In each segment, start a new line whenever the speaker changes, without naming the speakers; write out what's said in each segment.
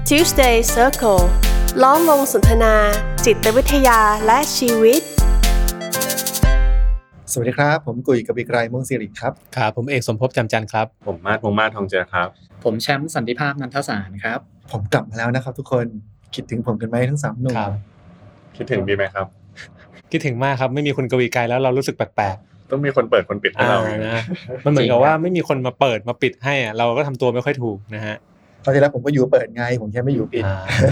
Tuesday Circle ล้อมวงสนทนาจิตวิทยาและชีวิต
สวัสดีครับผมกุยกบิกรายม่วงศิริครับ
ครับผมเอกสมภพจำจันทร์ครับ
ผมมาศ พงษ์มาศ ทองเจือครับ
ผมแชมป์สันติภาพนันทสารครับ
ผมกลับมาแล้วนะครับทุกคนคิดถึงผมกันไหมทั้ง3หนุ่ม
คิดถึงดีไหมครับ
คิดถึงมากครับไม่มีคุณกวีไกรแล้วเรารู้สึกแปลก
ๆต้องมีคนเปิดคนปิดให้เรา
นะมันเหมือนกับว่าไม่มีคนมาเปิดมาปิดให้อ่ะเราก็ทำตัวไม่ค่อยถูกนะฮะ
คราวที่แล้วผมก็อยู่เปิดไงผมแค่ไม่อยู่ปิด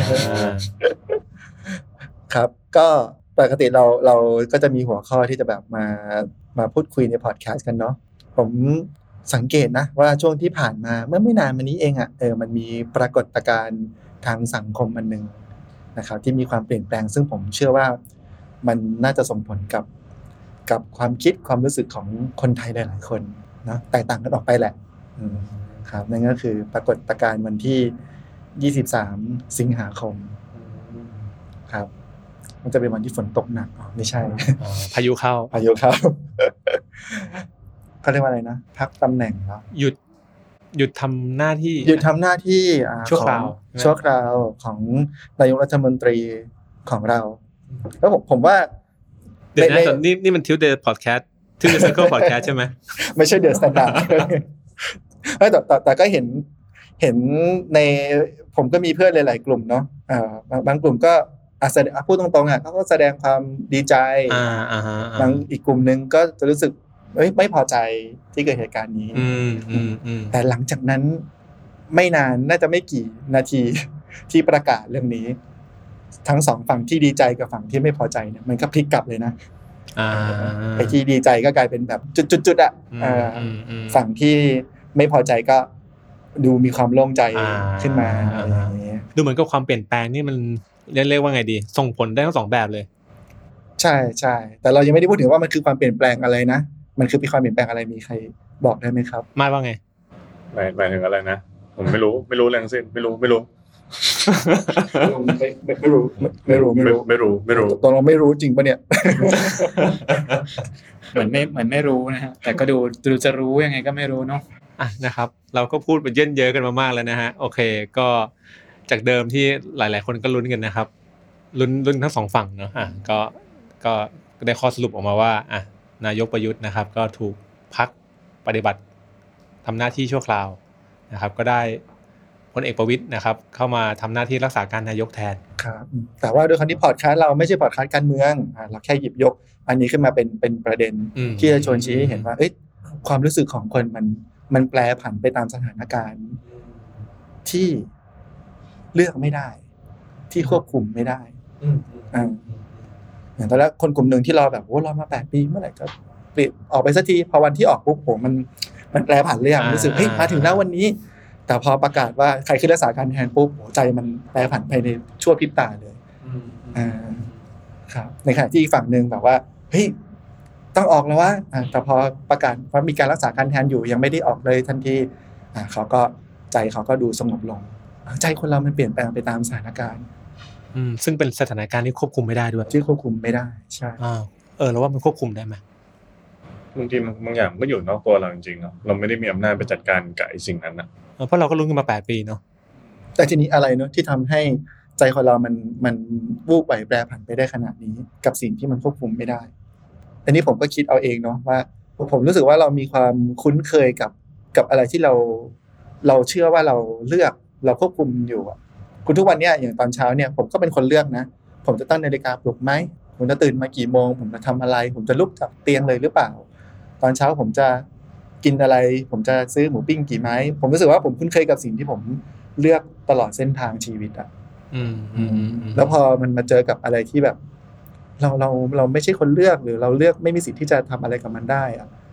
ครับก็ปกติเราก็จะมีหัวข้อที่จะแบบมาพูดคุยในพอดแคสต์กันเนาะผมสังเกตนะว่าช่วงที่ผ่านมาเมื่อไม่นานมานี้เองอ่ะมันมีปรากฏการณ์ทางสังคมอันนึงนะครับที่มีความเปลี่ยนแปลงซึ่งผมเชื่อว่ามันน่าจะส่งผลกับความคิดความรู้สึกของคนไทยหลายๆคนนะแตกต่างกันออกไปแหละครับนั่นก็คือปรากฏการณ์วันที่23สิงหาคมครับมันจะเป็นวันที่ฝนตกหนักไม่ใช่
พายุเข้า
เขาเรียกว่าอะไรนะพักตำแหน่งเหรอ
หยุดทำหน้าที่
ชั่วคราวของนายกรัฐมนตรีของเราแล้วผมว่า
เดี๋ยวนะนี่มัน Tuesday Podcast Tuesday Circle Podcast ใช่ไหม
ไม่ใช่ The Standard แต่ก็เห็นในผมก็มีเพื่อนหลายๆกลุ่มเนาะบางกลุ่มก็พูดตรงๆเขาก็แสดงความดีใจบางอีกกลุ่มนึงก็จะรู้สึกไม่พอใจที่เกิดเหตุการณ์นี้แต่หลังจากนั้นไม่นานน่าจะไม่กี่นาทีที่ประกาศเรื่องนี้ทั้งสองฝั่งที่ดีใจกับฝั่งที่ไม่พอใจเนี่ยมันก็พลิกกลับเลยนะไอ้ที่ดีใจก็กลายเป็นแบบจุดๆอ่ะฝั่งที่ไม่พอใจก็ดูมีความโล่งใจขึ้นมาอะไรอย่างเงี้ย
ดูเหมือนกับความเปลี่ยนแปลงนี่มันเรียกว่าไงดีส่งผลได้ทั้งสองแบบเลย
ใช่ๆแต่เรายังไม่ได้พูดถึงว่ามันคือความเปลี่ยนแปลงอะไรนะมันคือความเปลี่ยนแปลงอะไรมีใครบอกได้ไหมครับ
มาว่าไง
หมายถึงอะไรนะผมไม่รู้เรื่องสิ้นไม่รู้
ไม่รู้ตอนเราไม่รู้จริงปะเนี่ย
เหมือนไม่รู้นะฮะแต่ก็ดูจะรู้ยังไงก็ไม่รู้เนาะ
นะครับเราก็พูดไปเยินเยอะกันมามากแล้วนะฮะโอเคก็จากเดิมที่หลายๆคนก็ลุ้นกันนะครับลุ้นทั้งสองฝั่งเนาะก็ได้ข้อสรุปออกมาว่านายกประยุทธ์นะครับก็ถูกพักปฏิบัติทำหน้าที่ชั่วคราวนะครับก็ได้พลเอกประวิตรนะครับเข้ามาทำหน้าที่รักษาการนายกแทน
ครับแต่ว่าด้วยคำที่พอดคาสต์เราไม่ใช่พอดคาสต์การเมืองเราแค่หยิบยกอันนี้ขึ้นมาเป็นประเด็นที่จะชวนชี้ให้เห็นว่าความรู้สึกของคนมันแปรผันไปตามสถานการณ์ที่เลือกไม่ได้ที่ควบคุมไม่ได้อย่างตอนแรกคนกลุ่มหนึ่งที่รอแบบรอมา8ปีเมื่อไหร่จะเปลี่ยนออกไปสักทีพอวันที่ออกปุ๊บมันแปรผันเลยรู้สึกมาถึงแล้ววันนี้แต่พอประกาศว่าใครขึ้นรักษาการแทนปุ๊บใจมันแปรผันภายในชั่วพริบตาเลยครับในขณะที่อีกฝั่งนึงแบบว่าต้องออกแล้วว่าแต่พอประกาศว่ามีการรักษาการแทนอยู่ยังไม่ได้ออกเลยทันทีเขาก็ใจเขาก็ดูสงบลงใจคนเรามันเปลี่ยนแปลงไปตามสถานการณ์
ซึ่งเป็นสถานการณ์ที่ควบคุมไม่ได้ด้วย
ที่ควบคุมไม่ได้ใช่
แล้วว่ามันควบคุมได้ไหม
บางทีบางอย่างก็อยู่นอกตัวเราจริงๆเนาะเราไม่ได้มีอำนาจไปจัดการกับไอ้สิ่งนั้นนะ
เพราะเราก็ลุ้นกันมา8ปีเนาะ
แต่ทีนี้อะไรเนาะที่ทำให้ใจคนเรามันวูบไหวแปรผันไปได้ขนาดนี้กับสิ่งที่มันควบคุมไม่ได้อันนี้ผมก็คิดเอาเองเนาะว่าผมรู้สึกว่าเรามีความคุ้นเคยกับอะไรที่เราเชื่อว่าเราเลือกเราควบคุมอยู่คุณทุกวันนี้อย่างตอนเช้าเนี่ยผมก็เป็นคนเลือกนะผมจะตั้งนาฬิกาปลุกไหมผมจะตื่นมากี่โมงผมจะทำอะไรผมจะลุกจากเตียงเลยหรือเปล่าตอนเช้าผมจะกินอะไรผมจะซื้อหมูปิ้งกี่ไม้ผมรู้สึกว่าผมคุ้นเคยกับสิ่งที่ผมเลือกตลอดเส้นทางชีวิตแล้วพอมันมาเจอกับอะไรที่แบบเราไม่ใช่คนเลือกหรือเราเลือกไม่มีสิทธิ์ที่จะทำอะไรกับมันได้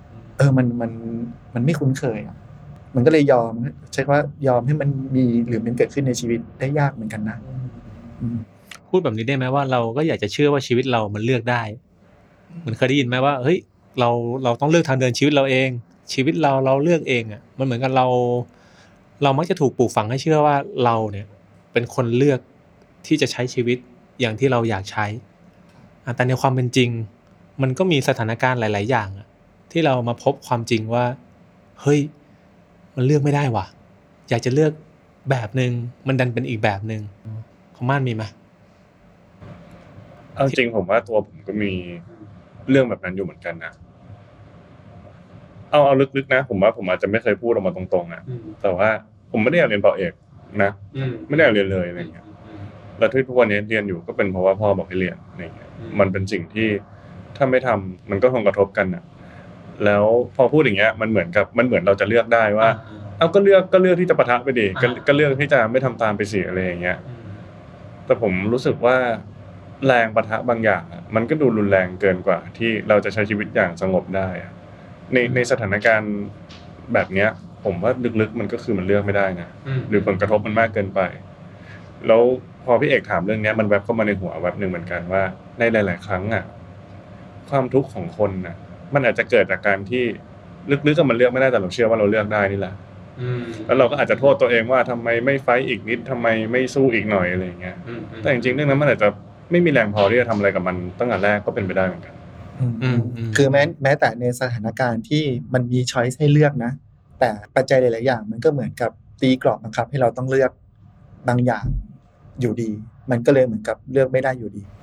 มันไม่คุ้นเคยมันก็เลยยอมใช่ว่ายอมให้มันมีหรือมันเกิดขึ้นในชีวิตได้ยากเหมือนกันนะ
พูดแบบนี้ได้ไหมว่าเราก็อยากจะเชื่อว่าชีวิตเรามันเลือกได้เหมือนเคยได้ยินไหมว่าเฮ้ยเราต้องเลือกทางเดินชีวิตเราเองชีวิตเราเลือกเองมันเหมือนกันเรามักจะถูกปลูกฝังให้เชื่อว่าเราเนี่ยเป็นคนเลือกที่จะใช้ชีวิตอย่างที่เราอยากใช้แต่ในความเป็นจริงมันก็มีสถานการณ์หลายๆอย่างที่เรามาพบความจริงว่าเฮ้ยมันเลือกไม่ได้ว่ะอยากจะเลือกแบบนึงมันดันเป็นอีกแบบนึงของม่านมีมั้ย
เอาจริงผมว่าตัวผมก็มีเรื่องแบบนั้นอยู่เหมือนกันนะเอาลึกๆนะผมว่าผมอาจจะไม่เคยพูดออกมาตรงๆแต่ว่าผมไม่ได้อยากเรียนป.เอกนะไม่ได้อยากเรียนเลยอะไรเงี้ยแล้วทุกวันนี้เรียนอยู่ก็เป็นเพราะว่าพ่อบอกให้เรียนอะไรเงี้ยมันเป็นสิ่งที่ถ้าไม่ทำมันก็คงกระทบกันน่ะแล้วพอพูดอย่างเงี้ยมันเหมือนเราจะเลือกได้ว่าเอาก็เลือกที่จะปะทะไปดิก็เลือกที่จะไม่ทำตามไปสิอะไรอย่างเงี้ยแต่ผมรู้สึกว่าแรงปะทะบางอย่างมันก็ดูรุนแรงเกินกว่าที่เราจะใช้ชีวิตอย่างสงบได้ในสถานการณ์แบบเนี้ยผมว่าลึกๆมันก็คือมันเลือกไม่ได้นะหรือผลกระทบมันมากเกินไปแล้วพอพี่เอกถามเรื่องนี้มันแวบเข้ามาในหัวแวบนึงเหมือนกันว่าในหลายๆครั้งความทุกข์ของคนมันอาจจะเกิดจากการที่ลึกๆมันเลือกไม่ได้แต่เราเชื่อว่าเราเลือกได้นี่แหละแล้วเราก็อาจจะโทษตัวเองว่าทำไมไม่ไฟท์อีกนิดทำไมไม่สู้อีกหน่อยอะไรอย่างเงี้ยแต่จริงๆเรื่องนั้นมันอาจจะไม่มีแรงพอที่จะทำอะไรกับมันตั้งแต่แรกก็เป็นไปได้เหมือนกัน
คือแม้แต่ในสถานการณ์ที่มันมีช้อยส์ให้เลือกนะแต่ปัจจัยหลายๆอย่างมันก็เหมือนกับตีกรอบบังคับให้เราต้องเลือกบางอย่างอยู่ดีมันก็เลยเหมือนกับเลือกไม่ได้อยู่ดี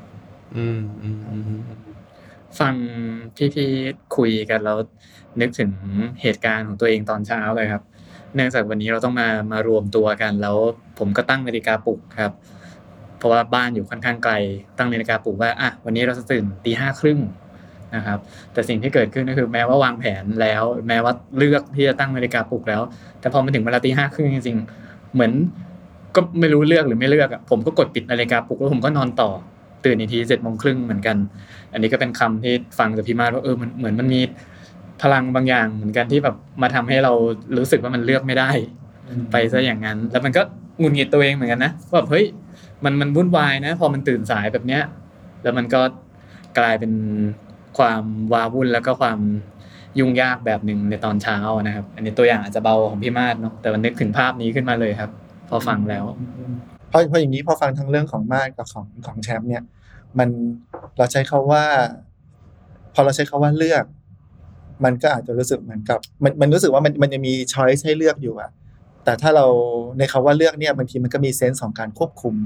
ฟังพี่คุยกันแล้วนึกถึงเหตุการณ์ของตัวเองตอนเช้าเลยครับเนื่องจากวันนี้เราต้องมารวมตัวกันแล้วผมก็ตั้งนาฬิกาปลุกครับเพราะว่าบ้านอยู่ค่อนข้างไกลตั้งนาฬิกาปลุกว่าวันนี้เราจะตื่น 5:30 นนะครับแต่สิ่งที่เกิดขึ้นก็คือแม้ว่าวางแผนแล้วแม้ว่าเลือกที่จะตั้งนาฬิกาปลุกแล้วแต่พอมาถึงเวลา 5:30 นจริงๆเหมือนก็ไม่รู้เลือกหรือไม่เลือกผมก็กดปิดนาฬิกาปลุกแล้วผมก็นอนต่อตื่นอีกที 7:30 นเหมือนกันอันนี้ก็เป็นคำที่ฟังจากพี่มาศว่ามันเหมือนมันมีพลังบางอย่างเหมือนกันที่แบบมาทำให้เรารู้สึกว่ามันเลือกไม่ได้ไปซะอย่างนั้นแล้วมันก็หงุดหงิดตัวเองเหมือนกันนะว่าเฮ้ยมันวุ่นวายนะพอมันตื่นสายแบบเนี้ยแล้วมันก็กลายเป็นความว้าวุ่นแล้วก็ความยุ่งยากแบบนึงในตอนเช้านะครับอันนี้ตัวอย่างอาจจะเบาของพี่มาศเนาะแต่มันนึกถึงภาพนี้ขึ้นมาเลยครับพอฟังแล้ว
พออย่างนี้พอฟังทั้งเรื่องของมาศกับของแชมป์เนี่ยมันเราใช้คำว่าพอเราใช้คำว่าเลือกมันก็อาจจะรู้สึกเหมือนกับมันรู้สึกว่ามันจะมีช้อยส์ให้เลือกอยู่แต่ถ้าเราในคำว่าเลือกเนี่ยบางทีมันก็มีเซนส์ของการควบคุม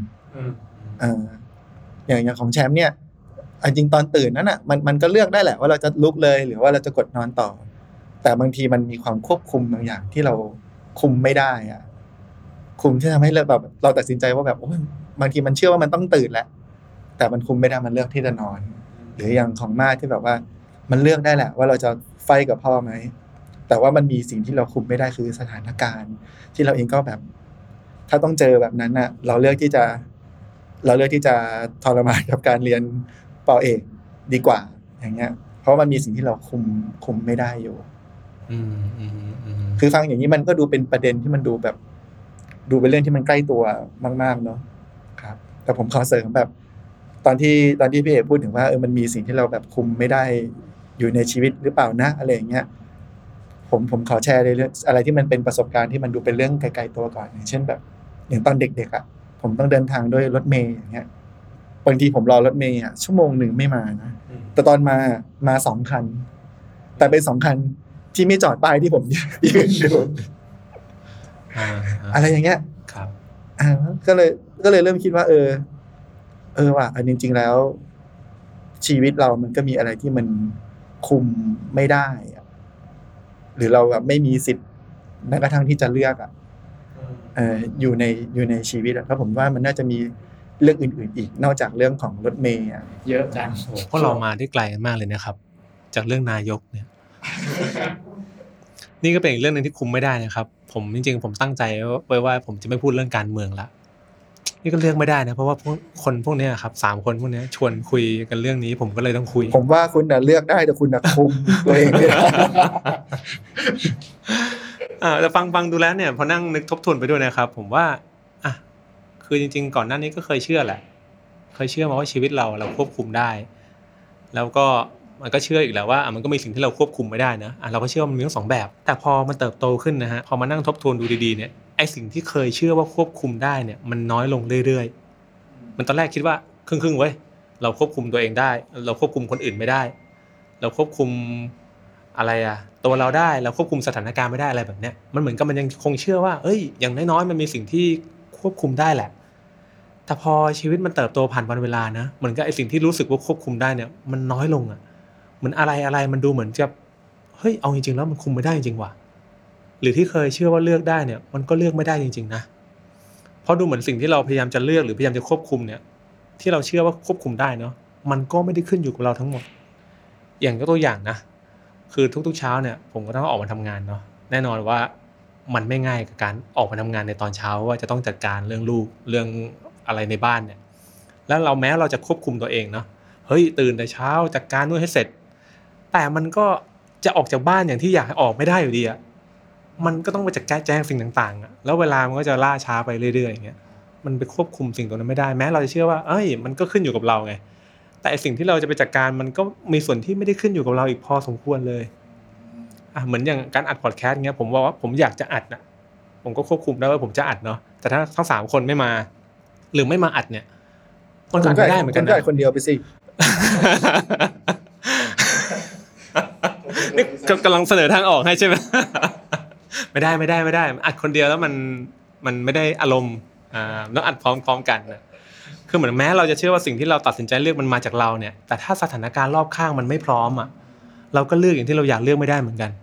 อย่างของแชมป์เนี่ยจริงตอนตื่นนั้นมันก็เลือกได้แหละว่าเราจะลุกเลยหรือว่าเราจะกดนอนต่อแต่บางทีมันมีความควบคุมบางอย่างที่เราคุมไม่ได้คุมที่ทำให้เราตัดสินใจว่าแบบบางทีมันเชื่อว่ามันต้องตื่นแหละแต่มันคุมไม่ได้มันเลือกที่จะนอนหรืออย่างของมาที่แบบว่ามันเลือกได้แหละว่าเราจะไฟกับพ่อไหมแต่ว่ามันมีสิ่งที่เราคุมไม่ได้คือสถานการณ์ที่เราเองก็แบบถ้าต้องเจอแบบนั้นเราเลือกที่จะทรมานกับการเรียนป.เอกดีกว่าอย่างเงี้ยเพราะมันมีสิ่งที่เราคุมไม่ได้อยู่คือฟังอย่างนี้มันก็ดูเป็นประเด็นที่มันดูเป็นเรื่องที่มันใกล้ตัวมากๆเนาะครับแต่ผมขอเสริมแบบตอนที่พี่เอกพูดถึงว่ามันมีสิ่งที่เราแบบคุมไม่ได้อยู่ในชีวิตหรือเปล่านะอะไรอย่างเงี้ยผมขอแชร์เรื่องอะไรที่มันเป็นประสบการณ์ที่มันดูเป็นเรื่องไกลๆตัวก่อนอย่างเช่นแบบอย่างตอนเด็กๆผมต้องเดินทางด้วยรถเมล์อย่างเงี้ยบางทีผมรอรถเมล์ชั่วโมงนึงไม่มานะแต่ตอนมา2คันแต่เป็น2คันที่ไม่จอดป้ายที่ผมยืนอยู่อะไรอย่างเงี้ย
ครับ
ก็เลยเริ่มคิดว่าว่ะจริงๆแล้วชีวิตเรามันก็มีอะไรที่มันคุมไม่ได้หรือเราแบบไม่มีสิทธิ์แม้กระทั่งที่จะเลือกอยู่ในชีวิตเพราะผมว่ามันน่าจะมีเรื่องอื่นๆอีกนอกจากเรื่องของรถเมล์
เยอะจัง
พวกเรามาได้ไกลมากเลยนะครับจากเรื่องนายกเนี่ย นี่ก็เป็นอีกเรื่องนึงที่คุมไม่ได้นะครับผมจริงๆผมตั้งใจไว้ว่าผมจะไม่พูดเรื่องการเมืองละนี่ก็เลือกไม่ได้นะเพราะว่าพวกนี้ครับ3คนพวกนี้ชวนคุยกันเรื่องนี้ผมก็เลยต้องคุย
ผมว่าคุณเลือกได้แต่คุณคุมตัวเองไม่ได้
แต่ฟังดูแล้วเนี่ยพอนั่งนึกทบทวนไปด้วยนะครับผมว่าคือจริงๆก่อนหน้านี้ก็เคยเชื่อแหละเคยเชื่อมาว่าชีวิตเราควบคุมได้แล้วก็มันก็เชื่ออีกแล้วว่ามันก็มีสิ่งที่เราควบคุมไม่ได้นะเราก็เชื่อว่ามันมีทั้ง2แบบแต่พอมันเติบโตขึ้นนะฮะพอมานั่งทบทวนดูดีๆเนี่ยไอ้สิ่งที่เคยเชื่อว่าควบคุมได้เนี่ยมันน้อยลงเรื่อยๆมันตอนแรกคิดว่าครึ่งๆเว้ยเราควบคุมตัวเองได้เราควบคุมคนอื่นไม่ได้เราควบคุมอะไรอะตัวเราได้เราควบคุมสถานการณ์ไม่ได้อะไรแบบเนี้ยมันเหมือนกับมันยังคงเชื่อว่าเอ้ยอย่างน้อยๆมันมีสิ่งที่ควบคุมได้แหละแต่พอชีวิตมันเติบโตผ่านวันเวลานะเหมือนกับไอ้สิ่งที่รู้สึกว่าควบคุมได้เนี่ยมันน้อยลงอะเหมือนอะไรมันดูเหมือนจะเฮ้ยเอาจริงๆแล้วมันคุมไม่ได้จริงๆว่ะหรือที่เคยเชื่อว่าเลือกได้เนี่ยมันก็เลือกไม่ได้จริงๆนะเพราะดูเหมือนสิ่งที่เราพยายามจะเลือกหรือพยายามจะควบคุมเนี่ยที่เราเชื่อว่าควบคุมได้เนาะมันก็ไม่ได้ขึ้นอยู่กับเราทั้งหมดอย่างยกตัวอย่างนะคือทุกๆเช้าเนี่ยผมก็ต้องออกมาทำงานเนาะแน่นอนว่ามันไม่ง่ายกับการออกมาทำงานในตอนเช้าว่าจะต้องจัดการเรื่องลูกเรื่องอะไรในบ้านเนี่ยแล้วแม้เราจะควบคุมตัวเองเนาะเฮ้ยตื่นแต่เช้าจัดการนู่นให้เสร็จแต่มันก็จะออกจากบ้านอย่างที่อยากให้ออกไม่ได้อยู่ดีอะมันก็ต้องไปจัดการแจ้งสิ่งต่างๆอะแล้วเวลามันก็จะล่าช้าไปเรื่อยๆอย่างเงี้ยมันไปควบคุมสิ่งตรงนั้นไม่ได้แม้เราจะเชื่อว่าเอ้ยมันก็ขึ้นอยู่กับเราไงแต่สิ่งที่เราจะไปจัดการมันก็มีส่วนที่ไม่ได้ขึ้นอยู่กับเราอีกพอสมควรเลยเหมือนอย่างการอัดพอดแคสต์เงี้ยผมบอกว่าผมอยากจะอัดนะผมก็ควบคุมได้ว่าผมจะอัดเนาะแต่ถ้าทั้ง3คนไม่มาหรือไม่มาอัดเนี่ยมันก็ไม่ได้เหมือนกันนะ
คุณก็อัดคนเดียวไปสิ
นี่กำลังเสนอทางออกให้ใช่ไหม ไม่ได้อัดคนเดียวแล้วมันไม่ได้อารมณ์ต้องอัดพร้อมกันนะคือเหมือนแม้เราจะเชื่อว่าสิ่งที่เราตัดสินใจเลือกมันมาจากเราเนี่ยแต่ถ้าสถานการณ์รอบข้างมันไม่พร้อมอ่ะเราก็เลือกอย่างที่เราอยากเลือกไม่ได้เหมือนกัน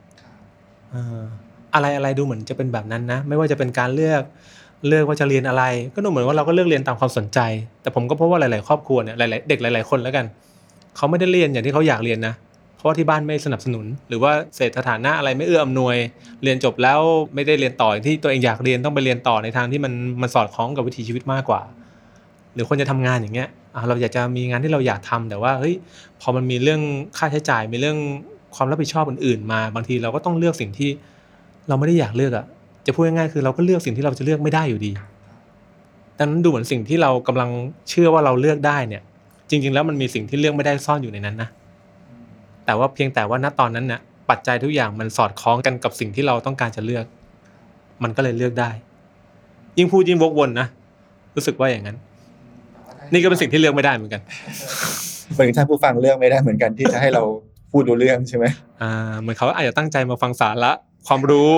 อะไรดูเหมือนจะเป็นแบบนั้นนะไม่ว่าจะเป็นการเลือกว่าจะเรียนอะไรก็ดูเหมือนว่าเราก็เลือกเรียนตามความสนใจแต่ผมก็พบว่าหลายๆครอบครัวเนี่ยหลายๆเด็กหลายๆคนแล้วกันเขาไม่ได้เรียนอย่างที่เขาอยากเรียนนะเพราะว่าที่บ้านไม่สนับสนุนหรือว่าเศรษฐฐานะอะไรไม่เอื้ออำนวยเรียนจบแล้วไม่ได้เรียนต่ออย่างที่ตัวเองอยากเรียนต้องไปเรียนต่อในทางที่มันสอดคล้องกับวิถีชีวิตมากกว่าหรือคนจะทำงานอย่างเงี้ยเราอยากจะมีงานที่เราอยากทำแต่ว่าเฮ้ยพอมันมีเรื่องค่าใช้จ่ายมีเรื่องความรับผิดชอบอื่นๆมาบางทีเราก็ต้องเลือกสิ่งที่เราไม่ได้อยากเลือกอ่ะจะพูดง่ายๆคือเราก็เลือกสิ่งที่เราจะเลือกไม่ได้อยู่ดีดังนั้นดูเหมือนสิ่งที่เรากำลังเชื่อว่าเราเลือกได้เนี่ยจริงๆแล้วมันมีสิ่งที่เลือกไม่ได้ซ่อนอยู่ในนั้นนะแต่ว่าเพียงแต่ว่าณตอนนั้นน่ะปัจจัยทุกอย่างมันสอดคล้องกันกับสิ่งที่เราต้องการจะเลือกมันก็เลยเลือกได้ยิ่งพูดยิ่งวกวนนะรู้สึกว่าอย่างนั้นนี่ก็เป็นสิ่งที่เลือกไม่ได้เหมือนกัน
เหมือนท่านผู้ฟังเลือกไม่ได้เหมือนกันที่จะให้เราพูดรู้เรื่องใช่ไหม
เหมือนเขาอาจจะตั้งใจมาฟังสาระความรู้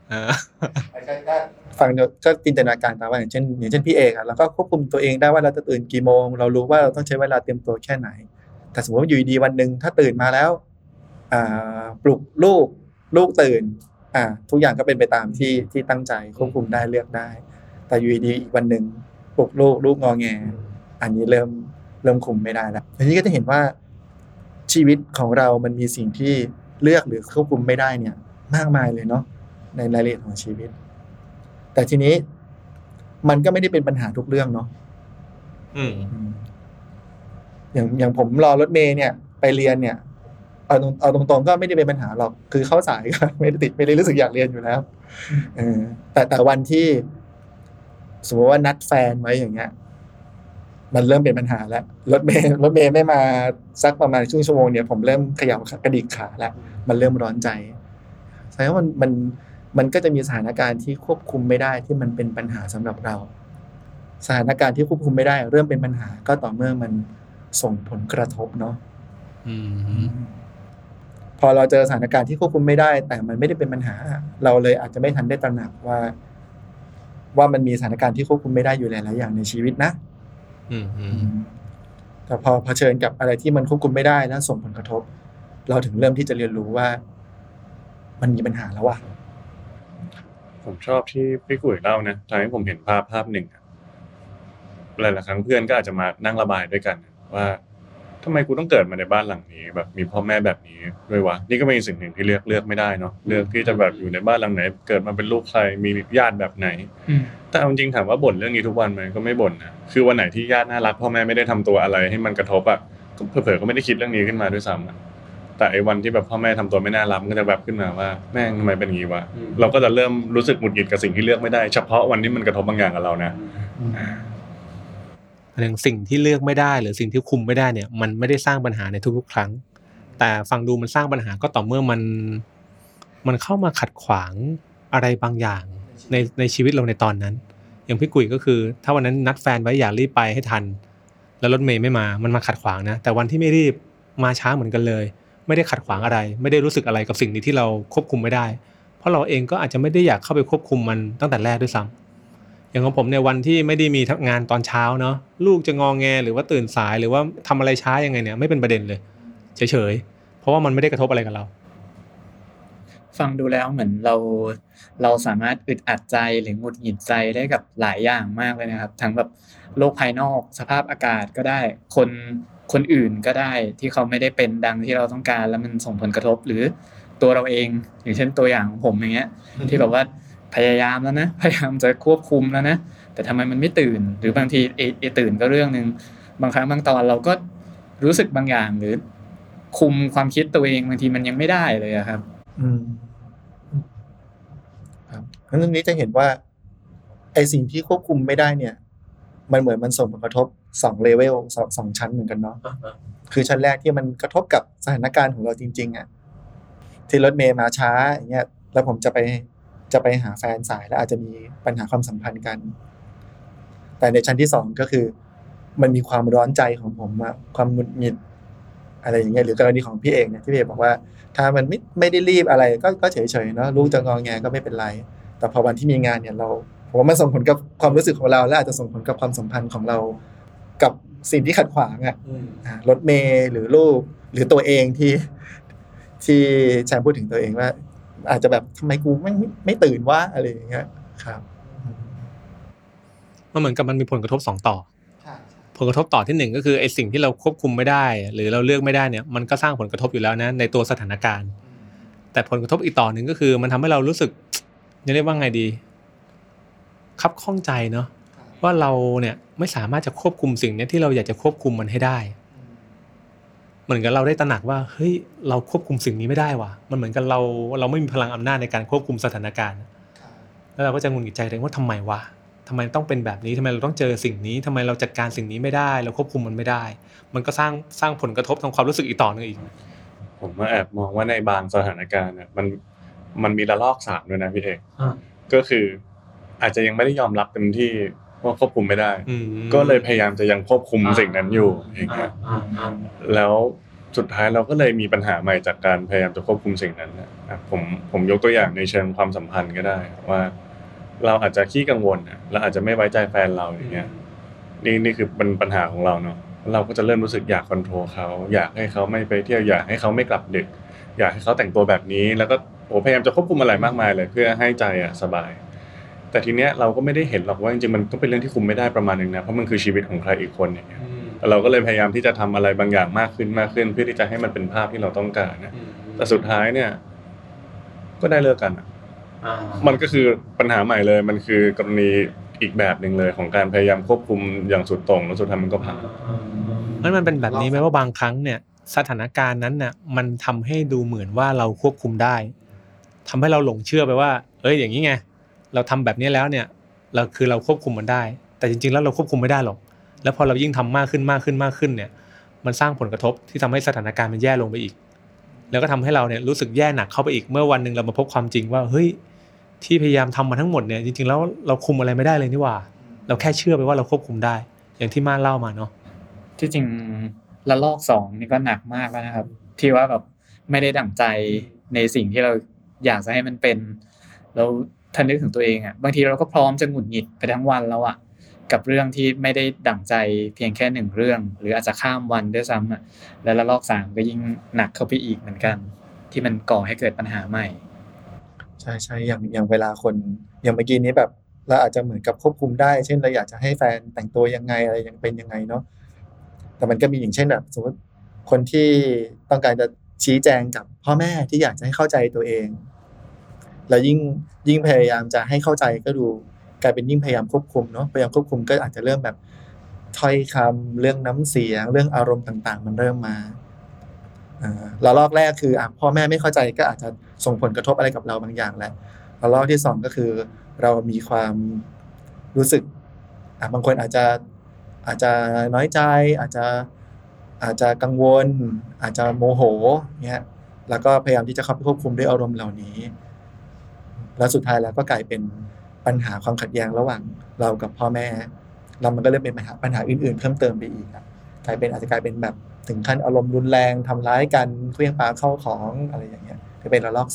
ฟังก็จินตนาการตามว่าอย่างเช่นพี่เอกเราก็ควบคุมตัวเองได้ว่าเราจะตื่นกี่โมงเรารู้ว่าเราต้องใช้เวลาเตรียมตัวแค่ไหนแต่สมมติว่าอยู่ดีวันนึงถ้าตื่นมาแล้วปลุกลูกตื่นทุกอย่างก็เป็นไปตามที่ตั้งใจควบคุมได้เลือกได้แต่อยู่ดีอีกวันนึงปลุกลูกงอแงอันนี้เริ่มคุมไม่ได้แล้วทีนี้ก็จะเห็นว่าชีวิตของเรามันมีสิ่งที่เลือกหรือควบคุมไม่ได้เนี่ยมากมายเลยเนาะในรายละเอียดของชีวิตแต่ทีนี้มันก็ไม่ได้เป็นปัญหาทุกเรื่องเนาะอย่างผมรอรถเมล์เนี่ยไปเรียนเนี่ยเอาตรงๆก็ไม่ได้เป็นปัญหาหรอกคือเข้าสายก็ไม่ได้ติดไม่ได้รู้สึกอยากเรียนอยู่แล้วแต่วันที่สมมติว่านัดแฟนไว้อย่างเงี้ยมันเริ่มเป็นปัญหาแล้วรถเมล์ไม่มาสักประมาณชั่วโมงเนี่ยผมเริ่มขยับกระดิกขาแล้วมันเริ่มร้อนใจแสดงว่ามันก็จะมีสถานการณ์ที่ควบคุมไม่ได้ที่มันเป็นปัญหาสำหรับเราสถานการณ์ที่ควบคุมไม่ได้เริ่มเป็นปัญหาก็ต่อเมื่อมันส่งผลกระทบเนาะพอเราเจอสถานการณ์ที่ควบคุมไม่ได้แต่มันไม่ได้เป็นปัญหาเราเลยอาจจะไม่ทันได้ตระหนักว่ามันมีสถานการณ์ที่ควบคุมไม่ได้อยู่หลายๆอย่างในชีวิตนะแต่พอเผชิญกับอะไรที่มันควบคุมไม่ได้แล้วส่งผลกระทบเราถึงเริ่มที่จะเรียนรู้ว่ามันมีปัญหาแล้วว่ะ
ผมชอบที่พี่กุ้ยเล่านะทำให้ผมเห็นภาพหนึ่งหลายๆครั้งเพื่อนก็อาจจะมานั่งระบายด้วยกันว่าทำไมกูต้องเกิดมาในบ้านหลังนี้แบบมีพ่อแม่แบบนี้ด้วยวะนี่ก็เป็นสิ่งหนึ่งที่เลือกไม่ได้เนาะเลือกที่จะแบบอยู่ในบ้านหลังไหนเกิดมาเป็นลูกใครมีญาติแบบไหนแต่เอาจริงถามว่าบ่นเรื่องนี้ทุกวันไหมก็ไม่บ่นนะคือวันไหนที่ญาติน่ารักพ่อแม่ไม่ได้ทำตัวอะไรให้มันกระทบเผลอๆก็ไม่ได้คิดเรื่องนี้ขึ้นมาด้วยซ้ำแต่ไอ้วันที่แบบพ่อแม่ทำตัวไม่น่ารักก็จะแบบขึ้นมาว่าแม่งทำไมเป็นอย่างนี้วะเราก็จะเริ่มรู้สึกหงุดหงิดกับสิ่งที่เลือกไม่ได้เฉพาะวันที่มันกระทบบางอย่างกับเรานะ
อย่างสิ่งที่เลือกไม่ได้หรือสิ่งที่คุมไม่ได้เนี่ยมันไม่ได้สร้างปัญหาในทุกๆครั้งแต่ฟังดูมันสร้างปัญหาก็ต่อเมื่อมันเข้ามาขัดขวางอะไรบางอย่างในชีวิตเราในตอนนั้นอย่างพี่กุ๋ยก็คือถ้าวันนั้นนัดแฟนไว้อยากรีบไปให้ทันแล้วรถเมล์ไม่มามันมาขัดขวางนะแต่วันที่ไม่รีบมาช้าเหมือนกันเลยไม่ได้ขัดขวางอะไรไม่ได้รู้สึกอะไรกับสิ่งนี้ที่เราควบคุมไม่ได้เพราะเราเองก็อาจจะไม่ได้อยากเข้าไปควบคุมมันตั้งแต่แรกด้วยซ้ำอย่างของผมในวันที่ไม่ได้มีงานตอนเช้าเนาะลูกจะงอแงหรือว่าตื่นสายหรือว่าทำอะไรช้ายังไงเนี่ยไม่เป็นประเด็นเลยเฉยๆเพราะว่ามันไม่ได้กระทบอะไรกับเรา
ฟังดูแล้วเหมือนเราสามารถอึดอัดใจหรือหงุดหงิดใจได้กับหลายอย่างมากเลยนะครับทั้งแบบโลกภายนอกสภาพอากาศก็ได้คนอื่นก็ได้ที่เขาไม่ได้เป็นดังที่เราต้องการแล้วมันส่งผลกระทบหรือตัวเราเองอย่างเช่นตัวอย่างของผมอย่างเงี้ยที่แบบว่าพยายามแล้วนะพยายามจะควบคุมแล้วนะแต่ทำไมมันไม่ตื่นหรือบางทีตื่นก็เรื่องนึงบางครั้งบางตอนเราก็รู้สึกบางอย่างหรือคุมความคิดตัวเองบางทีมันยังไม่ได้เลยครับ
ครับเพราะฉะนั้นนี้จะเห็นว่าไอสิ่งที่ควบคุมไม่ได้เนี่ยมันเหมือนมันส่งผลกระทบ2เลเวล2ชั้นเหมือนกันเนาะคือชั้นแรกที่มันกระทบกับสถานการณ์ของเราจริงๆอ่ะที่รถเมล์มาช้าอย่างเงี้ยแล้วผมจะไปหาแฟนสายแล้วอาจจะมีปัญหาความสัมพันธ์กันแต่ในชั้นที่2ก็คือมันมีความร้อนใจของผมอะความหงุดหงิดอะไรอย่างเงี้ยหรือกรณีของพี่เอกเนี่ยที่พี่เอกบอกว่าถ้ามันไม่ได้รีบอะไรก็เฉยๆเนาะลูกจะงอแงก็ไม่เป็นไรแต่พอวันที่มีงานเนี่ยผมว่ามันส่งผลกับความรู้สึกของเราและอาจจะส่งผลกับความสัมพันธ์ของเรากับสิ่งที่ขัดขวางรถเมล์หรือลูกหรือตัวเองที่แชมพูดถึงตัวเองว่าอาจจะแบบทำไมกูไม่ตื่นวะอะไรอย่างเงี้ยครับ
มันเหมือนกับมันมีผลกระทบ2ต่อผลกระทบต่อที่1ก็คือไอ้สิ่งที่เราควบคุมไม่ได้หรือเราเลือกไม่ได้เนี่ยมันก็สร้างผลกระทบอยู่แล้วนะในตัวสถานการณ์แต่ผลกระทบอีกต่อนึงก็คือมันทำให้เรารู้สึกจะเรียกว่าไงดีคับข้องใจเนาะว่าเราเนี่ยไม่สามารถจะควบคุมสิ่งนี้ที่เราอยากจะควบคุมมันให้ได้เหมือนกับเราได้ตระหนักว่าเฮ้ยเราควบคุมสิ่งนี้ไม่ได้ว่ะมันเหมือนกับเราไม่มีพลังอำนาจในการควบคุมสถานการณ์แล้วเราก็จะหงุดหงิดใจตัวเองว่าทำไมวะทำไมต้องเป็นแบบนี้ทำไมเราต้องเจอสิ่งนี้ทำไมเราจัดการสิ่งนี้ไม่ได้เราควบคุมมันไม่ได้มันก็สร้างผลกระทบทางความรู้สึกอีกต่อนึงอีก
ผมแอบมองว่าในบางสถานการณ์เนี่ยมันมีระลอก3ด้วยนะพี่เอกก็คืออาจจะยังไม่ได้ยอมรับเต็มที่ว่าควบคุมไม่ได้ก็เลยพยายามจะยังควบคุมสิ่งนั้นอยู่อย่างเงี้ยแล้วสุดท้ายเราก็เลยมีปัญหาใหม่จากการพยายามจะควบคุมสิ่งนั้นนะผมยกตัวอย่างในเชิงความสัมพันธ์ก็ได้ว่าเราอาจจะขี้กังวลเราอาจจะไม่ไว้ใจแฟนเราอย่างเงี้ยนี่คือเป็นปัญหาของเราเนาะเราก็จะเริ่มรู้สึกอยากคอนโทรลเขาอยากให้เขาไม่ไปเที่ยวอยากให้เขาไม่กลับดึกอยากให้เขาแต่งตัวแบบนี้แล้วก็พยายามจะควบคุมอะไรมากมายเลยเพื่อให้ใจสบายแต่ทีเนี้ยเราก็ไม่ได้เห็นหรอกว่าจริงๆมันก็เป็นเรื่องที่คุมไม่ได้ประมาณนึงนะเพราะมันคือชีวิตของใครอีกคนอย่างเงี้ยเราก็เลยพยายามที่จะทำอะไรบางอย่างมากขึ้นเพื่อที่จะให้มันเป็นภาพที่เราต้องการนะแต่สุดท้ายเนี่ยก็ได้เลิกกันมันก็คือปัญหาใหม่เลยมันคือกรณีอีกแบบนึงเลยของการพยายามควบคุมอย่างสุดโต่งแล้วสุดท้ายมันก็พัง
มันเป็นแบบนี้ไหมว่าบางครั้งเนี่ยสถานการณ์นั้นน่ะมันทำให้ดูเหมือนว่าเราควบคุมได้ทำให้เราหลงเชื่อไปว่าอย่างนี้ไงเราทำแบบนี้แล้วเนี่ยเราควบคุมมันได้แต่จริงๆแล้วเราควบคุมไม่ได้หรอกแล้วพอเรายิ่งทำมากขึ้นเนี่ยมันสร้างผลกระทบที่ทำให้สถานการณ์มันแย่ลงไปอีกแล้วก็ทำให้เราเนี่ยรู้สึกแย่หนักเข้าไปอีกเมื่อวันนึงเรามาพบความจริงว่าเฮ้ยที่พยายามทำมาทั้งหมดเนี่ยจริงๆแล้วเราคุมอะไรไม่ได้เลยนี่หว่าเราแค่เชื่อไปว่าเราควบคุมได้อย่างที่ม่านเล่ามาเนาะ
ที่จริงระลอก2นี่ก็หนักมากแล้วนะครับที่ว่าแบบไม่ได้ดั่งใจในสิ่งที่เราอยากจะให้มันเป็นแล้วถ้านึกถึงตัวเองบางทีเราก็พร้อมจะหงุดหงิดไปทั้งวันแล้วกับเรื่องที่ไม่ได้ดั่งใจเพียงแค่1เรื่องหรืออาจจะข้ามวันด้วยซ้ำและระลอก3ก็ยิ่งหนักเข้าไปอีกเหมือนกันที่มันก่อให้เกิดปัญหาใหม่
ใช่ๆอย่างเวลาคนอย่างเมื่อกี้นี้แบบเราอาจจะเหมือนกับควบคุมได้เช่นเราอยากจะให้แฟนแต่งตัวยังไงอะไรยังเป็นยังไงเนาะแต่มันก็มีอย่างเช่นแบบสมมติคนที่ต้องการจะชี้แจงกับพ่อแม่ที่อยากจะให้เข้าใจตัวเองแล้วยิ่งพยายามจะให้เข้าใจก็ดูกลายเป็นยิ่งพยายามควบคุมเนาะพยายามควบคุมก็อาจจะเริ่มแบบถ้อยคำเรื่องน้ำเสียงเรื่องอารมณ์ต่างๆมันเริ่มมาระลอกแรกคือพ่อแม่ไม่เข้าใจก็อาจจะส่งผลกระทบอะไรกับเราบางอย่างแหละระลอกที่2ก็คือเรามีความรู้สึกบางคนอาจจะน้อยใจอาจจะกังวลอาจจะโมโหเงี้ยแล้วก็พยายามที่จะเข้าไปควบคุมด้วยอารมณ์เหล่านี้แล้วสุดท้ายแล้วก็กลายเป็นปัญหาความขัดแย้งระหว่างเรากับพ่อแม่แล้วมันก็เริ่มเป็นปัญหาอื่นๆเพิ่มเติมไปอีกอาจจะกลายเป็นแบบถึงขั้นอารมณ์รุนแรงทำร้ายกันเคลื่องปาเข้าของอะไรอย่างเงี้ยจะเป็นระลอก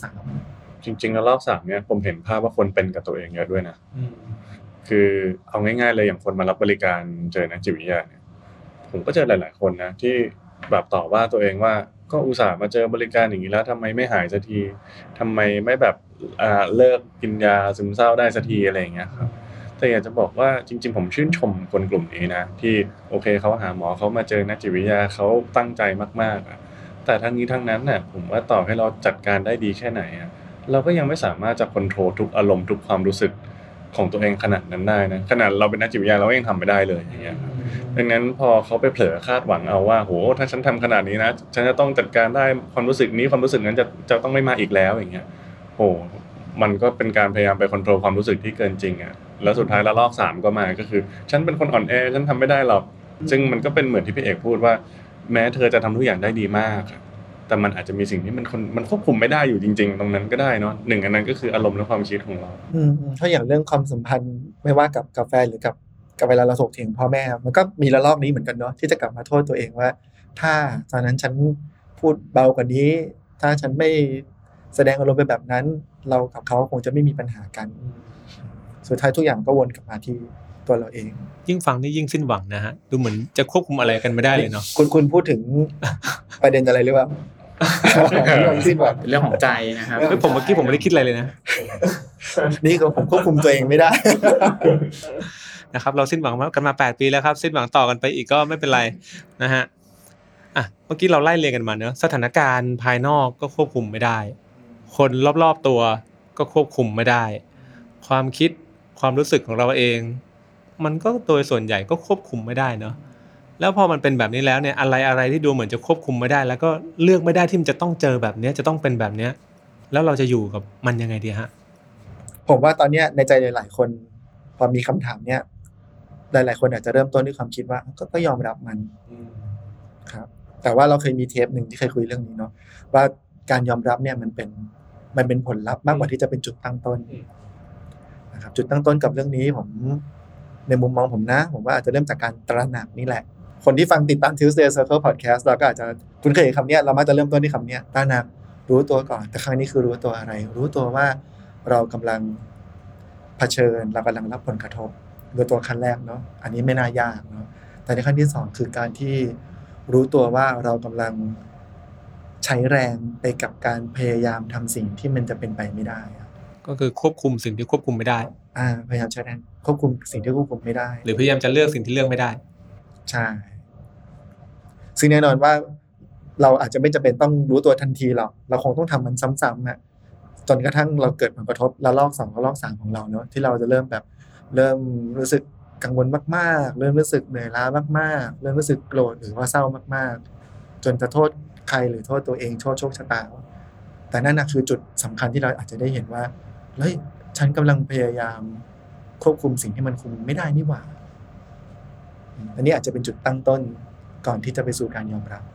3
จริงๆระลอก3เนี่ยผมเห็นภาพว่าคนเป็นกับตัวเองเยอะด้วยนะคือเอาง่ายๆเลยอย่างคนมารับบริการเจอนักจิตวิทยาเนี่ยผมก็เจอหลายๆคนนะที่แบบต่อว่าตัวเองว่าก็อุตส่าห์มาเจอบริการอย่างนี้แล้วทำไมไม่หายสักทีทำไมไม่แบบเลิกกินยาซึมเศร้าได้สักทีอะไรอย่างเงี้ยครับแต่อยากจะบอกว่าจริงๆผมชื่นชมคนกลุ่มนี้นะที่โอเคเขาหาหมอเขามาเจอนักจิตวิทยาเขาตั้งใจมากๆแต่ทั้งนี้ทั้งนั้นน่ะผมว่าต่อให้เราจัดการได้ดีแค่ไหนเราก็ยังไม่สามารถจะควบคุมทุกอารมณ์ทุกความรู้สึกของตัวเองขนาดนั้นได้นะขนาดเราเป็นนักจิตวิทยาเราก็ยังทำไม่ได้เลยอย่างเงี้ยครับดังนั้นพอเขาไปเผลอคาดหวังเอาว่าโหถ้าฉันทำขนาดนี้นะฉันจะต้องจัดการได้ความรู้สึกนี้ความรู้สึกนั้นจะต้องไม่มาอีกแล้วอย่างเงี้ยโหมันก็เป็นการพยายามไปควบคุมความรู้สึกที่เกินจริงแล้วสุดท้ายระลอก3ก็มาก็คือฉันเป็นคนอ่อนแอฉันทำไม่ได้หรอกซึ่งมันก็เป็นเหมือนที่พี่เอกพูดว่าแม้เธอจะทำทุกอย่างได้ดีมากแต่มันอาจจะมีสิ่งที่มันควบคุมไม่ได้อยู่จริงๆตรงนั้นก็ได้เนาะหนึ่งอันนั้นก็คืออารมณ์และความคิดของเรา
ถ้าอย่างเรื่องความสัมพันธ์ไม่ว่ากับกาแฟหรือกับเวลาเราถกเถียงพ่อแม่มันก็มีระลอกนี้เหมือนกันเนาะที่จะกลับมาโทษตัวเองว่าถ้าตอนนั้นฉันพูดเบากว่านี้ถ้าฉันไม่แสดงอารมณ์ไปแบบนั้นเรากับเขาคงจะไม่มีปัญหากันสุดท้ายทุกอย่างก็วนกลับมาที่ตัวเราเอง
ยิ่งฟังนี่ยิ่งสิ้นหวังนะฮะดูเหมือนจะควบคุมอะไรกันไม่ได้เลยเนาะ
คุณพูดถึงประเด็นอะไรหรือเปล่า
เป็นเรื่องของใจนะครับ
ผมเมื่อกี้ผมไม่ได้คิดอะไรเลยนะ
นี่ก็ผมควบคุมตัวเองไม่ได้
นะครับเราสิ้นหวังกันมา8ปีแล้วครับสิ้นหวังต่อกันไปอีกก็ไม่เป็นไรนะฮะเมื่อกี้เราไล่เรียงกันมาเนอะสถานการณ์ภายนอกก็ควบคุมไม่ได้คนรอบๆตัวก็ควบคุมไม่ได้ความคิดความรู้สึกของเราเองมันก็โดยส่วนใหญ่ก็ควบคุมไม่ได้เนอะแล้วพอมันเป็นแบบนี้แล้วเนี่ยอะไรที่ดูเหมือนจะควบคุมไม่ได้แล้วก็เลือกไม่ได้ที่มันจะต้องเจอแบบนี้จะต้องเป็นแบบนี้แล้วเราจะอยู่กับมันยังไงดีฮะ
ผมว่าตอนนี้ในใจหลายๆคนพอมีคำถามเนี้ยหลายๆคนอาจจะเริ่มต้นด้วยความคิดว่าก็ยอมรับมันครับแต่ว่าเราเคยมีเทปนึงที่เคยคุยเรื่องนี้เนาะว่าการยอมรับเนี่ยมันเป็นผลลัพธ์มากกว่าที่จะเป็นจุดตั้งต้นนะครับจุดตั้งต้นกับเรื่องนี้ผมในมุมมองผมนะผมว่าอาจจะเริ่มจากการตระหนักนี่แหละคนที่ฟังติดตาม Tuesday Circle Podcast เราก็อาจจะคุ้นเคยกับคำนี้เรามักจะเริ่มต้นที่คำนี้ตระหนักรู้ตัวก่อนแต่ครั้งนี้คือรู้ตัวอะไรรู้ตัวว่าเรากำลังเผชิญเรากำลังรับผลกระทบรู้ตัวขั้นแรกเนาะอันนี้ไม่น่ายากเนาะแต่ในขั้นที่2คือการที่รู้ตัวว่าเรากำลังใช้แรงไปกับการพยายามทำสิ่งที่มันจะเป็นไปไม่ได้
ก็คือควบคุมสิ่งที่ควบคุมไม่ได้
พยายามใช้แรงควบคุมสิ่งที่ควบคุมไม่ได้
หรือพยายามจะเลือกสิ่งที่เลือกไม่ได้
ใช่ซึ่งแน่นอนว่าเราอาจจะไม่จำเป็นต้องรู้ตัวทันทีหรอกเราคงต้องทำมันซ้ำๆจนกระทั่งเราเกิดผลกระทบระลอก2ระลอก3ของเราเนาะที่เราจะเริ่มรู้สึกกังวลมากๆเริ่มรู้สึกเหนื่อยล้ามากๆเริ่มรู้สึกโกรธหรือว่าเศร้ามากๆจนจะโทษใครหรือโทษตัวเองโทษโชคชะตาแต่นั่นนะคือจุดสำคัญที่เราอาจจะได้เห็นว่าเฮ้ยฉันกำลังพยายามควบคุมสิ่งที่มันคุมไม่ได้นี่หว่าอันนี้อาจจะเป็นจุดตั้งต้นก่อนที่จะไปสู่การยอมรับ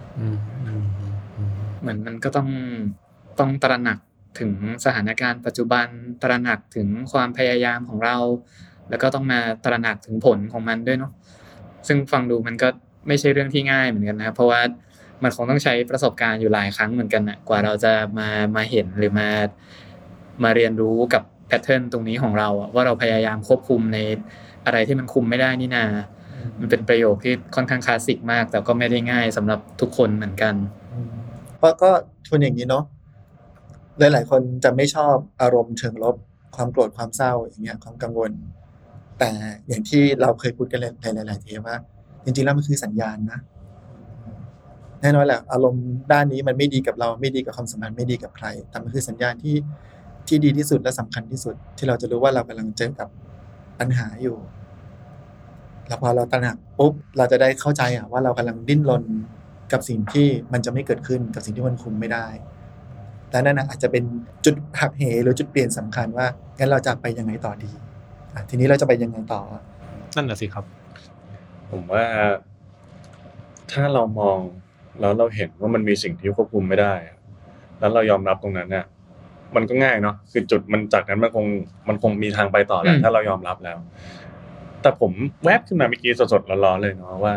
เหมือนมันก็ต้องตระหนักถึงสถานการณ์ปัจจุบันตระหนักถึงความพยายามของเราแล้วก็ต้องมาตระหนักถึงผลของมันด้วยเนาะซึ่งฟังดูมันก็ไม่ใช่เรื่องที่ง่ายเหมือนกันนะเพราะว่ามันคงต้องใช้ประสบการณ์อยู่หลายครั้งเหมือนกันนะกว่าเราจะมาเห็นหรือมาเรียนรู้กับแพทเทิร์นตรงนี้ของเราว่าเราพยายามควบคุมในอะไรที่มันคุมไม่ได้นี่นามันเป็นประโยคที่ค่อนข้างคลาสสิกมากแต่ก็ไม่ได้ง่ายสำหรับทุกคนเหมือนกัน
เพราะก็คนอย่างนี้เนาะหลายๆคนจะไม่ชอบอารมณ์เชิงลบความโกรธความเศร้าอย่างเงี้ยความกังวลแต่อย่างที่เราเคยพูดกันในหลายๆเทปว่าจริงๆแล้วมันคือสัญญาณนะแน่นอนแหละอารมณ์ด้านนี้มันไม่ดีกับเราไม่ดีกับความสัมพันธ์ไม่ดีกับใครแต่มันคือสัญญาณที่ดีที่สุดและสำคัญที่สุดที่เราจะรู้ว่าเรากำลังเจอกับปัญหาอยู่แล้วพอเราตระหนักปุ๊บเราจะได้เข้าใจว่าเรากำลังดิ้นรนกับสิ่งที่มันจะไม่เกิดขึ้นกับสิ่งที่มันคุมไม่ได้และนั่นอาจจะเป็นจุดหักเหหรือจุดเปลี่ยนสำคัญว่างั้นเราจะไปยังไงต่อดีทีนี้เราจะไปยังไงต่อ
นั่นน่ะสิครับ
ผมว่าถ้าเรามองแล้วเราเห็นว่ามันมีสิ่งที่ควบคุมไม่ได้แล้วเรายอมรับตรงนั้นเนี่ยมันก็ง่ายเนาะคือจุดมันจากนั้นมันคงมีทางไปต่อแหละถ้าเรายอมรับแล้วแต่ผมแวบขึ้นมาเมื่อกี้สดๆร้อนๆเลยเนาะว่า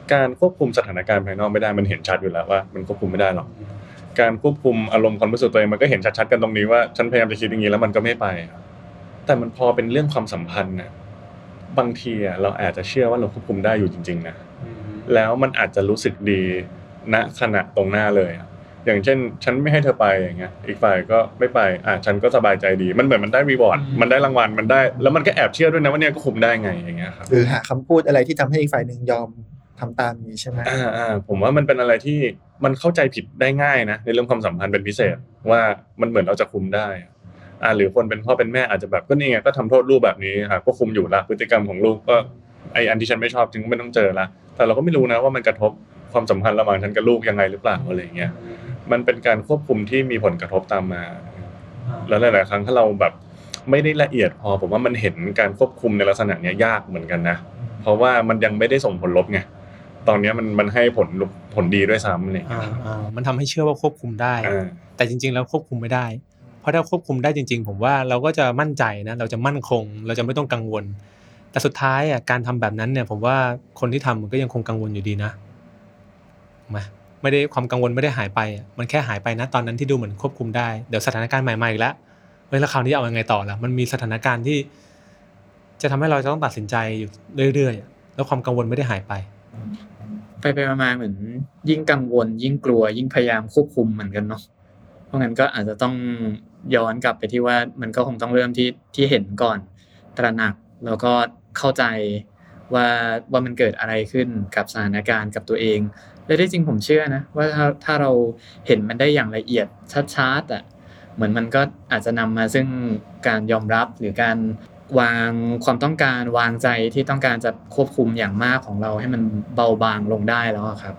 การควบคุมสถานการณ์ภายนอกไม่ได้มันเห็นชัดอยู่แล้วว่ามันควบคุมไม่ได้หรอกการควบคุมอารมณ์ความรู้สึกตัวเองมันก็เห็นชัดๆกันตรงนี้ว่าฉันพยายามจะคิดอย่างนี้แล้วมันก็ไม่ไปแต่มันพอเป็นเรื่องความสัมพันธ์นะบางทีเราอาจจะเชื่อว่าเราควบคุมได้อยู่จริงๆนะแล้วมันอาจจะรู้สึกดีณขณะตรงหน้าเลยอย่างเช่นฉันไม่ให้เธอไปอย่างเงี้ยอีกฝ่ายก็ไม่ไปฉันก็สบายใจดีมันเหมือนมันได้รีวอร์ดมันได้รางวัลมันได้แล้วมันก็แอบเชื่อด้วยนะว่าเนี่ยก็คุมได้ไงอย่างเงี้ยครับ
หรือหาคำพูดอะไรที่ทำให้อีกฝ่ายนึงยอมทำตามนี้ใช่ไหม
ผมว่ามันเป็นอะไรที่มันเข้าใจผิดได้ง่ายนะในเรื่องความสัมพันธ์เป็นพิเศษว่ามันเหมือนเราจะคุมได้หรือคนเป็นพ่อเป็นแม่อาจจะแบบก็นี่ไงก็ทำโทษลูกแบบนี้ก็คุมอยู่ละพฤติกรรมของลูกก็ไออันที่ฉันไม่ชอบจึงไม่ต้องเจอละแต่เราก็ไม่รู้นะว่ามันกระทบความสัมพันธ์ระหว่างฉันกับลูกยังไงหรือเปล่าอะไรเงี้ยมันเป็นการควบคุมที่มีผลกระทบตามมาแล้วหลายๆครั้งถ้าเราแบบไม่ได้ละเอียดพอผมว่ามันเห็นการควบคุมในลักษณะนี้ยากเหมือนกันนะเพราะว่ามันยังไม่ได้ส่งผลลบไงตอนนี้มันให้ผลดีด้วยซ้ำอะไรเงี้ย
มันทำให้เชื่อว่าควบคุมได้แต่จริงๆแล้วควบคุมไม่ได้เพราะถ้าควบคุมได้จริงๆผมว่าเราก็จะมั่นใจนะเราจะมั่นคงเราจะไม่ต้องกังวลแต่สุดท้ายการทำแบบนั้นเนี่ยผมว่าคนที่ทำมันก็ยังคงกังวลอยู่ดีนะไม่ได้ความกังวลไม่ได้หายไปมันแค่หายไปนะตอนนั้นที่ดูเหมือนควบคุมได้เดี๋ยวสถานการณ์ใหม่ๆอีกแล้วแล้วคราวนี้เอายังไงต่อล่ะมันมีสถานการณ์ที่จะทำให้เราจะต้องตัดสินใจอยู่เรื่อยๆแล้วความกังวลไม่ได้หายไป
มาเหมือนยิ่งกังวลยิ่งกลัวยิ่งพยายามควบคุมเหมือนกันเนาะเพราะงั้นก็อาจจะต้องย้อนกลับไปที่ว่ามันก็คงต้องเริ่มที่เห็นก่อนตระหนักแล้วก็เข้าใจว่ามันเกิดอะไรขึ้นกับสถานการณ์กับตัวเองและที่จริงผมเชื่อนะว่าถ้าเราเห็นมันได้อย่างละเอียดชัดๆเหมือนมันก็อาจจะนำมาซึ่งการยอมรับหรือการวางความต้องการวางใจที่ต้องการจะควบคุมอย่างมากของเราให้มันเบาบางลงได้แล้วครับ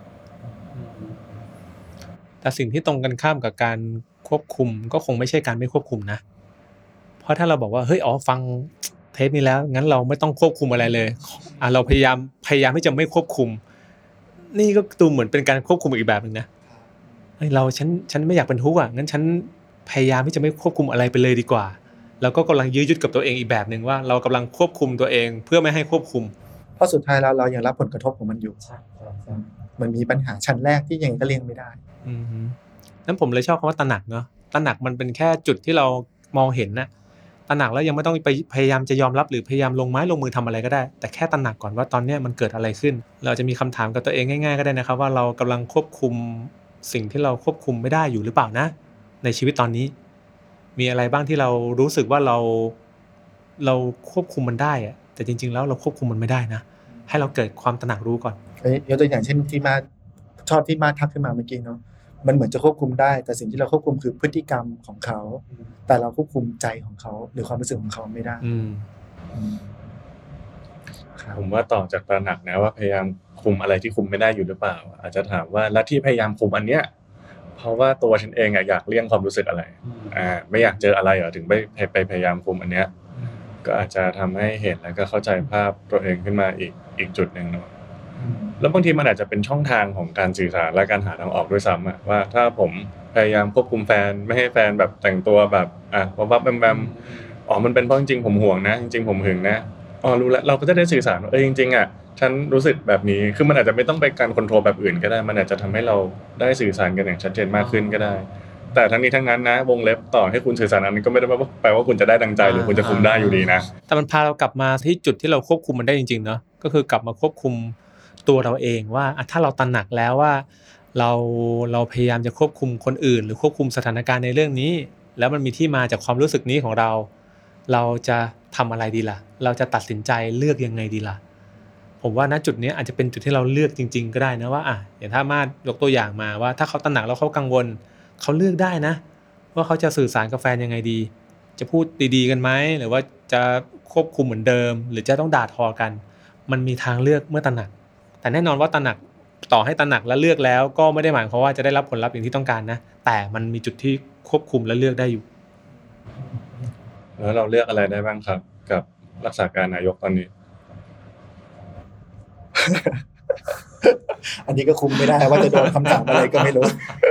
แต่สิ่งที่ตรงกันข้ามกับการควบคุมก็คงไม่ใช่การไม่ควบคุมนะเพราะถ้าเราบอกว่าเฮ้ยฟังเทปนี้แล้วงั้นเราไม่ต้องควบคุมอะไรเลยเราพยายามที่จะไม่ควบคุมนี่ก็ดูเหมือนเป็นการควบคุมอีกแบบนึงนะเฮ้ยฉันไม่อยากเป็นทุกข์งั้นฉันพยายามที่จะไม่ควบคุมอะไรไปเลยดีกว่าแล้วก็กำลังยื้อยุดกับตัวเองอีกแบบนึงว่าเรากำลังควบคุมตัวเองเพื่อไม่ให้ควบคุม
เพราะสุดท้ายแล้วเรายังรับผลกระทบของมันอยู่มันมีปัญหาชั้นแรกที่ยังก็เลี่ยงไม่ได้
นั้นผมเลยชอบคำว่าตระหนักเนาะตระหนักมันเป็นแค่จุดที่เรามองเห็นนะตระหนักแล้วยังไม่ต้องไปพยายามจะยอมรับหรือพยายามลงไม้ลงมือทำอะไรก็ได้แต่แค่ตระหนักก่อนว่าตอนนี้มันเกิดอะไรขึ้นเราจะมีคำถามกับตัวเองง่ายๆก็ได้นะครับว่าเรากำลังควบคุมสิ่งที่เราควบคุมไม่ได้อยู่หรือเปล่านะในชีวิตตอนนี้มีอะไรบ้างที่เรารู้สึกว่าเราควบคุมมันได้แต่จริงๆแล้วเราควบคุมมันไม่ได้นะให้เราเกิดความตระหนักรู้ก่อน
ยกตัวอย่างเช่นที่มาชอบที่มาทักขึ้นมาเมื่อกี้เนาะมันเหมือนจะควบคุมได้แต่สิ่งที่เราควบคุมคือพฤติกรรมของเขาแต่เราควบคุมใจของเขาหรือความรู้สึกของเขาไม่ได้
ผมว่าต่อจากตระหนักนะว่าพยายามคุมอะไรที่คุมไม่ได้อยู่หรือเปล่าอาจจะถามว่าแล้วที่พยายามคุมอันเนี้ยเพราะว่าตัวฉันเองอยากเลี่ยงความรู้สึกอะไรไม่อยากเจออะไรถึงไปพยายามคุมอันเนี้ยก็อาจจะทำให้เห็นแล้วก็เข้าใจภาพตัวเองขึ้นมาอีกจุดนึงเนาะแล้วบางทีมันอาจจะเป็นช่องทางของการสื่อสารและการหาทางออกด้วยซ้ำว่าถ้าผมพยายามควบคุมแฟนไม่ให้แฟนแบบแต่งตัวแบบวับแวมมันเป็นเพราะจริงๆผมห่วงนะจริงๆผมหึงนะรู้แล้วเราก็จะได้สื่อสารว่าจริงๆฉันรู้สึกแบบนี้คือมันอาจจะไม่ต้องไปการคอนโทรลแบบอื่นก็ได้มันอาจจะทำให้เราได้สื่อสารกันอย่างชัดเจนมากขึ้นก็ได้แต่ทั้งนี้ทั้งนั้นนะวงเล็บต่อให้คุณสื่อสารอันนี้ก็ไม่ได้แปลว่าคุณจะได้ดังใจหรือคุณจะคุมได้อยู่ดีนะ
แต่มันพาเรากลับมาที่จุดที่เราควบคุมมันได้จริงๆเนาะก็คือกลับมาควบคุมตัวเราเองว่าถ้าเราตระหนักแล้วว่าเราพยายามจะควบคุมคนอื่นหรือควบคุมสถานการณ์ในเรื่องนี้แล้วมันมีที่มาจากความรู้สึกนี้ของเราจะทำอะไรดีล่ะเราจะตัดสินใจเลือกยังไงดีล่ะผมว่าณจุดนี้อาจจะเป็นจุดที่เราเลือกจริงๆก็ได้นะว่าอย่างถ้ามายกตัวอย่างมาว่าถ้าเขาตระหนักแล้วเขากังวลเขาเลือกได้นะว่าเขาจะสื่อสารกับแฟนยังไงดีจะพูดดีๆกันไหมหรือว่าจะควบคุมเหมือนเดิมหรือจะต้องด่าทอกันมันมีทางเลือกเมื่อตระหนักแต่แน่นอนว่าตระหนักต่อให้ตระหนักและเลือกแล้วก็ไม่ได้หมายความว่าจะได้รับผลลัพธ์อย่างที่ต้องการนะแต่มันมีจุดที่ควบคุมและเลือกได้อยู่
แล้วเราเลือกอะไรได้บ้างครับกับรักษาการนายกตอนนี้
อันนี้ก็คุมไม่ได้ว่าจะโดนคำถามอะไรก็ไม่รู้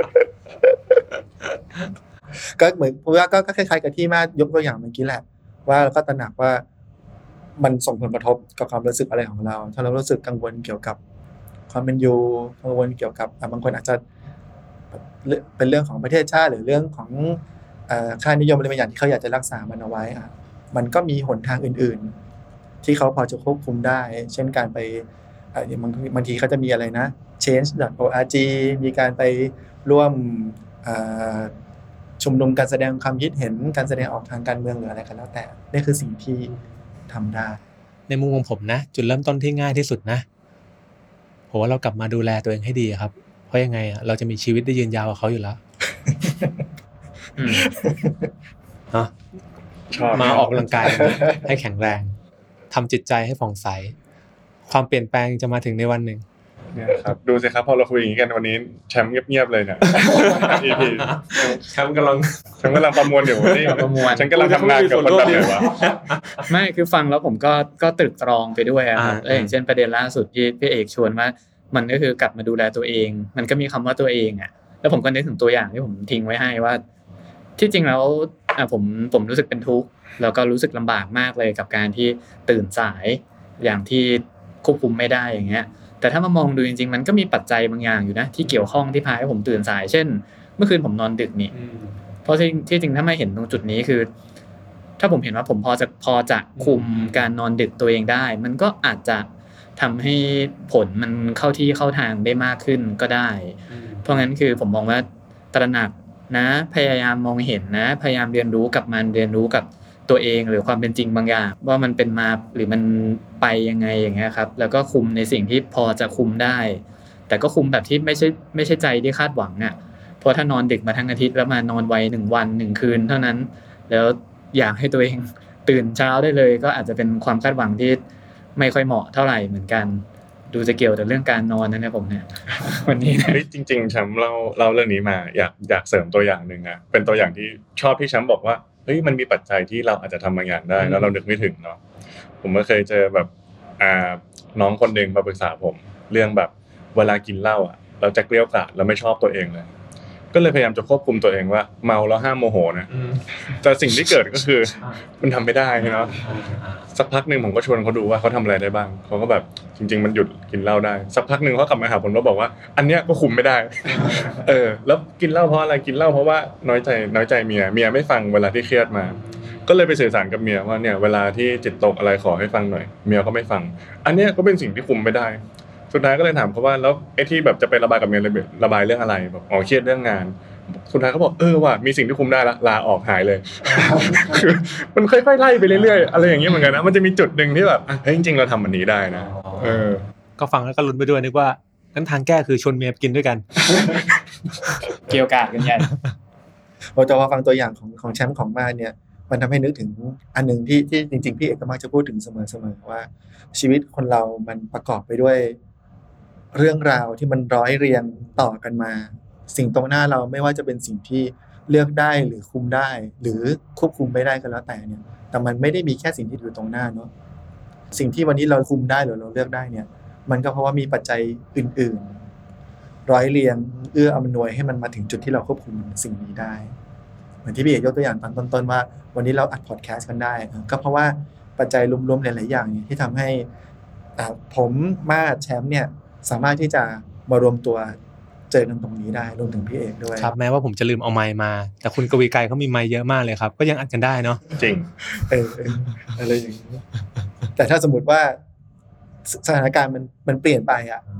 ก็เหมือนว่าก็คล้ายๆกับที่มายกตัวอย่างเมื่อกี้แหละว่าเราก็ตระหนักว่ามันส่งผลกระทบกับความรู้สึกอะไรของเราถ้าเรารู้สึกกังวลเกี่ยวกับความเป็นอยู่กังวลเกี่ยวกับบางคนอาจจะเป็นเรื่องของประเทศชาติหรือเรื่องของค่านิยมอะไรบางอย่างที่เขาอยากจะรักษามันเอาไว้มันก็มีหนทางอื่นๆที่เขาพอจะควบคุมได้เช่นการไปบางทีเขาจะมีอะไรนะ change.org มีการไปร่วมชุมนุมการแสดงความคิดเห็นการแสดงออกทางการเมืองหรืออะไรกันแล้วแต่นี่คือสิ่งที่ทำได้
ในมุมของผมนะจุดเริ่มต้นที่ง่ายที่สุดนะผมว่าเรากลับมาดูแลตัวเองให้ดีครับเพราะยังไงเราจะมีชีวิตได้ยืนยาวกว่าเขาอยู่แล้วมาออกกำลังกายให้แข็งแรงทำจิตใจให้ผ่องใสความเปลี่ยนแปลงจะมาถึงในวันหนึ่ง
เนี่ยครับดูสิครับพอเราคุยอย่างนี้กันวันนี้แชมป์เงียบๆเลยเนี่ย EP
แชมป์กำลัง
ประมวลอยู่นี่ฉันกำลังทำงานกับคนแบบไหนวะ
ไม่คือฟังแล้วผมก็ตรึกตรองไปด้วยครับอย่างเช่นประเด็นล่าสุดที่พี่เอกชวนว่ามันก็คือกลับมาดูแลตัวเองมันก็มีคำว่าตัวเองแล้วผมก็นึกถึงตัวอย่างที่ผมทิ้งไว้ให้ว่าที่จริงแล้วผมรู้สึกเป็นทุกข์แล้วก็รู้สึกลำบากมากเลยกับการที่ตื่นสายอย่างที่ควบคุมไม่ได้อย่างเงี้ยแต่ถ้ามามองดูจริงๆมันก็มีปัจจัยบางอย่างอยู่นะที่เกี่ยวข้องที่พาให้ผมตื่นสายเช่นเมื่อคืนผมนอนดึกนี่เพราะที่จริงถ้ามาเห็นตรงจุดนี้คือถ้าผมเห็นว่าผมพอจะคุมการนอนดึกตัวเองได้มันก็อาจจะทำให้ผลมันเข้าที่เข้าทางได้มากขึ้นก็ได้เพราะงั้นคือผมมองว่าตระหนักนะพยายามมองเห็นนะพยายามเรียนรู้กับมันเรียนรู้กับตัวเองหรือความเป็นจริงบางอย่างว่ามันเป็นมาหรือมันไปยังไงอย่างเงี้ยครับแล้วก็คุมในสิ่งที่พอจะคุมได้แต่ก็คุมแบบที่ไม่ใช่ใจที่คาดหวังเพราะถ้านอนดึกมาทั้งอาทิตย์แล้วมานอนไว1วัน1คืนเท่านั้นแล้วอยากให้ตัวเองตื่นเช้าได้เลยก็อาจจะเป็นความคาดหวังที่ไม่ค่อยเหมาะเท่าไหร่เหมือนกันดูจะเกี่ยวกับเรื่องการนอนนะผมเนี่ยวันนี้นะ
จริงๆแชมป์เล่าเรื่องนี้มาอยากเสริมตัวอย่างนึงเป็นตัวอย่างที่ชอบที่แชมป์บอกว่าเฮ้ยมันมีปัจจัยที่เราอาจจะทำบางอย่างได้แล้วเรานึกไม่ถึงเนาะผมก็เคยเจอแบบน้องคนนึงมาปรึกษาผมเรื่องแบบเวลากินเหล้าเราจะเกลี้ยกล่อมแล้วไม่ชอบตัวเองเลยก็เลยพยายามจะควบคุมตัวเองว่าเมาแล้วห้ามโมโหนะแต่สิ่งที่เกิดก็คือมันทำไม่ได้เนาะสักพักนึงผมก็ชวนเขาดูว่าเขาทำอะไรได้บ้างเขาก็แบบจริงๆมันหยุดกินเหล้าได้สักพักนึงเขากลับมาหาผมแล้วบอกว่าอันเนี้ยก็คุมไม่ได้แล้วกินเหล้าเพราะอะไรกินเหล้าเพราะว่าน้อยใจเมียไม่ฟังเวลาที่เครียดมาก็เลยไปสื่อสารกับเมียว่าเนี่ยเวลาที่จิตตกอะไรขอให้ฟังหน่อยเมียก็ไม่ฟังอันเนี้ยก็เป็นสิ่งที่คุมไม่ได้สุดท้ายก็เลยถามเขาว่าแล้วไอ้ที่แบบจะไประบายกับเมียระบายเรื่องอะไรแบบเครียดเรื่องงานสุดท้ายเขาบอกว่ะมีสิ่งที่คุมได้ละลาออกหายเลยมันค่อยๆไล่ไปเรื่อยๆอะไรอย่างเงี้ยเหมือนกันนะมันจะมีจุดนึงที่แบบเฮ้ยจริงๆเราทำอันนี้ได้นะ
ก็ฟังแล้วก็ลุ้นไปด้วยนึกว่างั้นทางแก้คือชวนเมียกินด้วยกัน
เกี่ยวกาดกันใหญ่
พอจะมาฟังตัวอย่างของแชมป์ของมาเนี่ยมันทำให้นึกถึงอันนึงที่จริงๆพี่เอกก็มักจะพูดถึงเสมอว่าชีวิตคนเรามันประกอบไปด้วยเรื่องราวที่มันร้อยเรียงต่อกันมาสิ่งตรงหน้าเราไม่ว่าจะเป็นสิ่งที่เลือกได้หรือคุมได้หรือควบคุมไม่ได้ก็แล้วแต่เนี่ยแต่มันไม่ได้มีแค่สิ่งที่อยู่ตรงหน้าเนาะสิ่งที่วันนี้เราคุมได้หรือเราเลือกได้เนี่ยมันก็เพราะว่ามีปัจจัยอื่นๆร้อยเรียงเอื้ออำนวยให้มันมาถึงจุดที่เราควบคุมสิ่งนี้ได้เหมือนที่พี่เอกยกตัวอย่างตอนต้นๆว่าวันนี้เราอัดพอดแคสต์กันได้ก็เพราะว่าปัจจัยรวมๆหลายๆอย่างเนี่ยที่ทำให้ผมมาแชมป์เนี่ยสามารถที่จะมารวมตัวเจอกันตรงนี้ได้รวมถึงพี่เอกด้วย
ครับแม้ว่าผมจะลืมเอาไมค์มาแต่คุณกวีไกรเขามีไมค์เยอะมากเลยครับก็ยังอัดกันได้เนาะ
จริง
อะไรอย่างนี้แต่ถ้าสมมติว่าสถานการณ์มันเปลี่ยนไป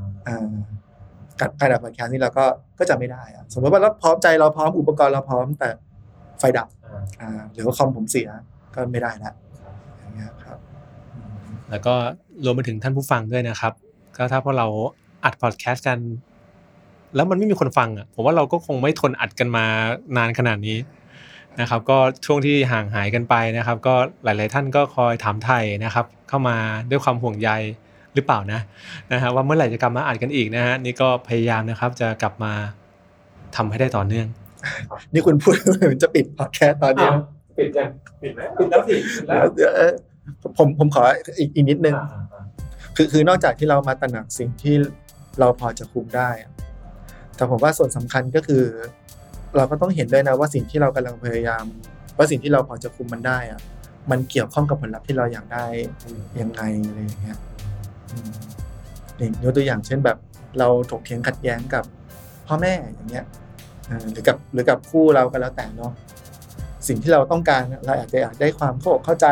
การอัดพอดแคสต์นี่เราก็จะไม่ได้สมมติว่าเราพร้อมใจเราพร้อมอุปกรณ์เราพร้อมแต่ไฟดับหรือว่าคอมผมเสียก็ไม่ได้ละอย่างเงี้ยครับ
แล้วก็รวมไปถึงท่านผู้ฟังด้วยนะครับก็ถ้าพวกเราอัดพอดแคสต์กันแล้วมันไม่มีคนฟังผมว่าเราก็คงไม่ทนอัดกันมานานขนาดนี้นะครับก็ช่วงที่ห่างหายกันไปนะครับก็หลายๆท่านก็คอยถามไถ่นะครับเข้ามาด้วยความห่วงใยหรือเปล่านะฮะว่าเมื่อไหร่จะกลับมาอัดกันอีกนะฮะนี่ก็พยายามนะครับจะกลับมาทำให้ได้ต่อเนื่อง
นี่คุณพูดเหมือนจะปิดพอดแคสต์ตอนนี้
ปิดยังปิดไหมปิดแล้วสิ
ผมขออีกนิดนึงคือนอกจากที่เรามาตระหนักสิ่งที่เราพอจะคุมได้แต่ผมว่าส่วนสำคัญก็คือเราก็ต้องเห็นด้วยนะว่าสิ่งที่เรากำลังพยายามว่าสิ่งที่เราพอจะคุมมันได้มันเกี่ยวข้องกับผลลัพธ์ที่เราอยากได้ยังไงอะไรอย่างเงี้ยยกตัวอย่างเช่นแบบเราถกเถียงขัดแย้งกับพ่อแม่อย่างเงี้ยหรือกับคู่เราก็แล้วแต่เนาะสิ่งที่เราต้องการเราอาจจะอยากได้ความเข้าใจ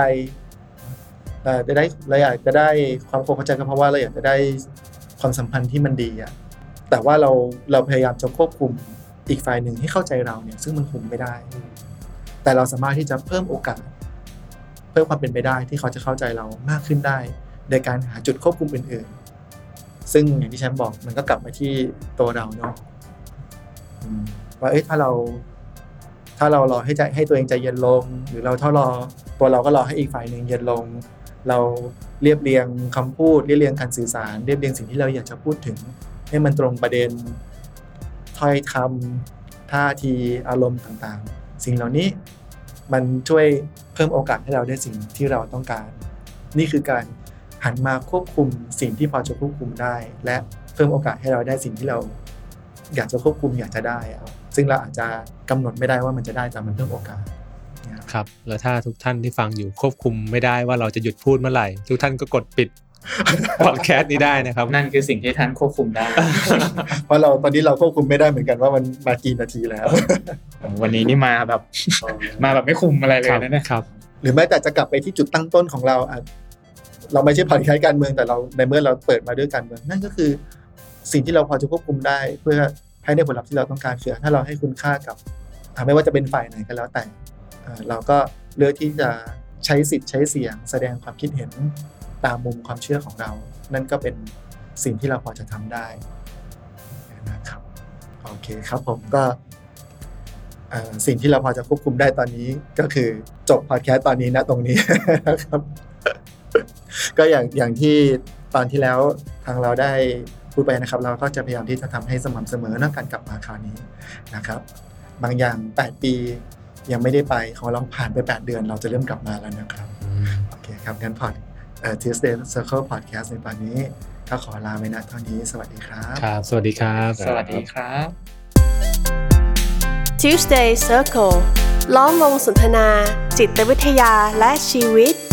เราอยากจะได้ความเข้าใจก็เพราะว่าเราอยากจะได้ความสัมพันธ์ที่มันดีอ่ะแต่ว่าเราพยายามจะควบคุมอีกฝ่ายหนึ่งให้เข้าใจเราเนี่ยซึ่งมันคุมไม่ได้แต่เราสามารถที่จะเพิ่มโอกาสเพิ่มความเป็นไปได้ที่เขาจะเข้าใจเรามากขึ้นได้โดยการหาจุดควบคุมอื่นๆซึ่งอย่างที่แชมป์บอกมันก็กลับมาที่ตัวเราเนาะว่าถ้าเรารอให้ตัวเองใจเย็นลงหรือถ้ารอตัวเราก็รอให้อีกฝ่ายหนึ่งเย็นลงเราเรียบเรียงคำพูดเรียบเรียงการสื่อสารเรียบเรียงสิ่งที่เราอยากจะพูดถึงให้มันตรงประเด็นถ้อยคำท่าทีอารมณ์ต่างๆสิ่งเหล่านี้มันช่วยเพิ่มโอกาสให้เราได้สิ่งที่เราต้องการนี่คือการหันมาควบคุมสิ่งที่พอจะควบคุมได้และเพิ่มโอกาสให้เราได้สิ่งที่เราอยากจะควบคุมอยากจะได้ซึ่งเราอาจจะกำหนดไม่ได้ว่ามันจะได้แต่มันเพิ่มโอกาส
ครับแล้วถ้าทุกท่านที่ฟังอยู่ควบคุมไม่ได้ว่าเราจะหยุดพูดเมื่อไหร่ทุกท่านก็กดปิดพอดแคสต์นี้ได้นะครับ
นั่นคือสิ่งที่ท่านควบคุมได้
เพราะตอนนี้เราควบคุมไม่ได้เหมือนกันว่ามันมากี่นาทีแล้ว
วันนี้นี่มาแบบไม่คุมอะไรเลยนะครับ
หรือแม้แต่จะกลับไปที่จุดตั้งต้นของเราไม่ใช่พอดแคสต์การเมืองแต่เราในเมื่อเราเปิดมาด้วยการเมืองนั่นก็คือสิ่งที่เราพอจะควบคุมได้เพื่อให้ได้ผลลัพธ์ที่เราต้องการคือถ้าเราให้คุณค่ากับไม่ว่าจะเป็นฝ่ายไหนก็แล้วแต่เราก็เลือกที่จะใช้สิทธิ์ใช้เสียงแสดงความคิดเห็นตามมุมความเชื่อของเรานั่นก็เป็นสิ่งที่เราพอจะทำได้นะครับโอเคครับผมก็สิ่งที่เราพอจะควบคุมได้ตอนนี้ก็คือจบพอดแคสต์ตอนนี้นะตรงนี้นะครับก็อย่างที่ตอนที่แล้วทางเราได้พูดไปนะครับเราก็จะพยายามที่จะทำให้สม่ำเสมอในการกลับมาคราวนี้นะครับบางอย่าง8ปียังไม่ได้ไปของเราผ่านไป8เดือนเราจะเริ่มกลับมาแล้วนะครับโอเคครับงั้นTuesday Circle Podcast ในตอนนี้ก็ขอลาไปณเท่านี้สวัสดีครับ
ครับสวัสดีครับ
สวัสดีครับ
Tuesday Circle ล้อมวงสนทนาจิตวิทยาและชีวิต